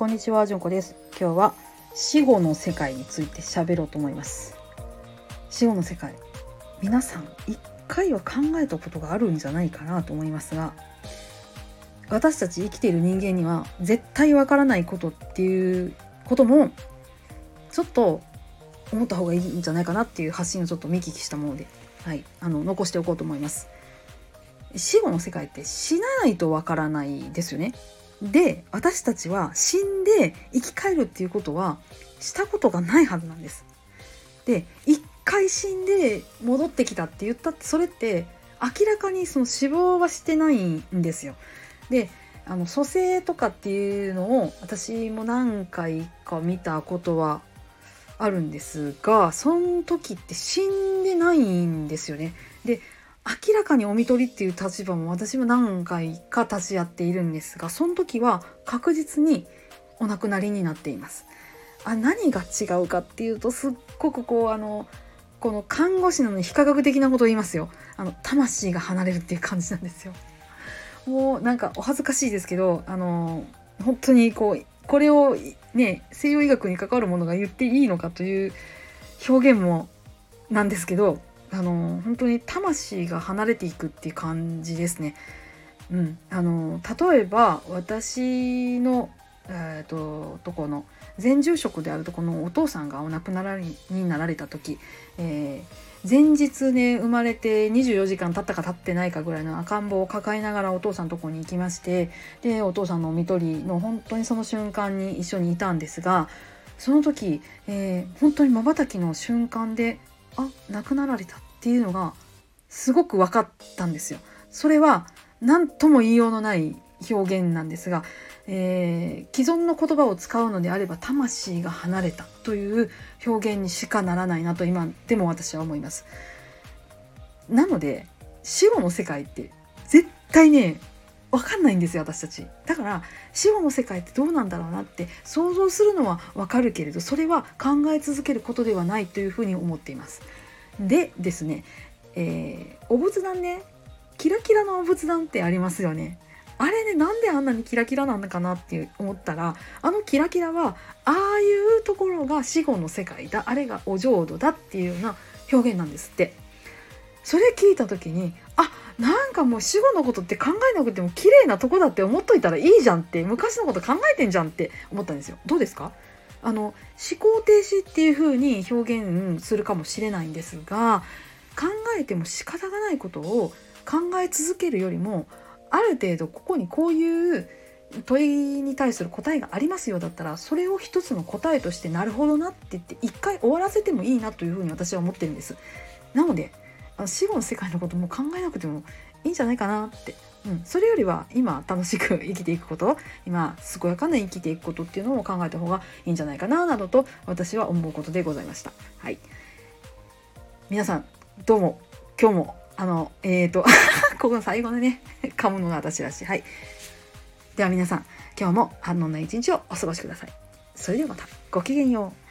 こんにちは、じゅんこです。今日は死後の世界について喋ろうと思います。死後の世界、皆さん一回は考えたことがあるんじゃないかなと思いますが、私たち生きている人間には絶対わからないことっていうこともちょっと思った方がいいんじゃないかなっていう発信をちょっと見聞きしたもので、残しておこうと思います。死後の世界って死なないとわからないですよね。で、私たちは死んで生き返るっていうことはしたことがないはずなんです。で、一回死んで戻ってきたって言ったって、それって明らかにその死亡はしてないんですよ。で、蘇生とかっていうのを私も何回か見たことはあるんですが、その時って死んでないんですよね。で、明らかにお看取りっていう立場も私も何回か立ち会っているんですが、その時は確実にお亡くなりになっています。何が違うかっていうと、すっごくこの看護師なのに非科学的なことを言いますよ。魂が離れるっていう感じなんですよ。もうなんかお恥ずかしいですけど、本当にこれをね、西洋医学に関わるものが言っていいのかという表現もなんですけど、本当に魂が離れていくっていう感じですね。例えば私のとこの前住職であるとこのお父さんがお亡くなりになられた時、前日ね、生まれて24時間経ったか経ってないかぐらいの赤ん坊を抱えながらお父さんのとこに行きまして、でお父さんのお看取りの本当にその瞬間に一緒にいたんですが、その時、本当に瞬きの瞬間で亡くなられたっていうのがすごく分かったんですよ。それは何とも言いようのない表現なんですが、既存の言葉を使うのであれば魂が離れたという表現にしかならないなと今でも私は思います。なので死後の世界って絶対ね、分かんないんですよ、私たち。だから死後の世界ってどうなんだろうなって想像するのは分かるけれど、それは考え続けることではないというふうに思っています。でですね、お仏壇ね、キラキラのお仏壇ってありますよね。あれね、なんであんなにキラキラなのかなって思ったら、キラキラはああいうところが死後の世界だ、あれがお浄土だっていうような表現なんですって。それ聞いた時に、なんかもう死後のことって考えなくても綺麗なとこだって思っといたらいいじゃんって、昔のこと考えてんじゃんって思ったんですよ。どうですか？思考停止っていう風に表現するかもしれないんですが、考えても仕方がないことを考え続けるよりも、ある程度ここにこういう問いに対する答えがありますよだったら、それを一つの答えとしてなるほどなって言って一回終わらせてもいいなというふうに私は思ってるんです。なので死後の世界のことも考えなくてもいいんじゃないかなって、それよりは今楽しく生きていくこと、今健やかな生きていくことっていうのを考えた方がいいんじゃないかななどと私は思うことでございました。はい、皆さんどうも今日もここの最後のね、噛むのが私らしい。はい。では皆さん、今日も安穏な一日をお過ごしください。それではまた。ごきげんよう。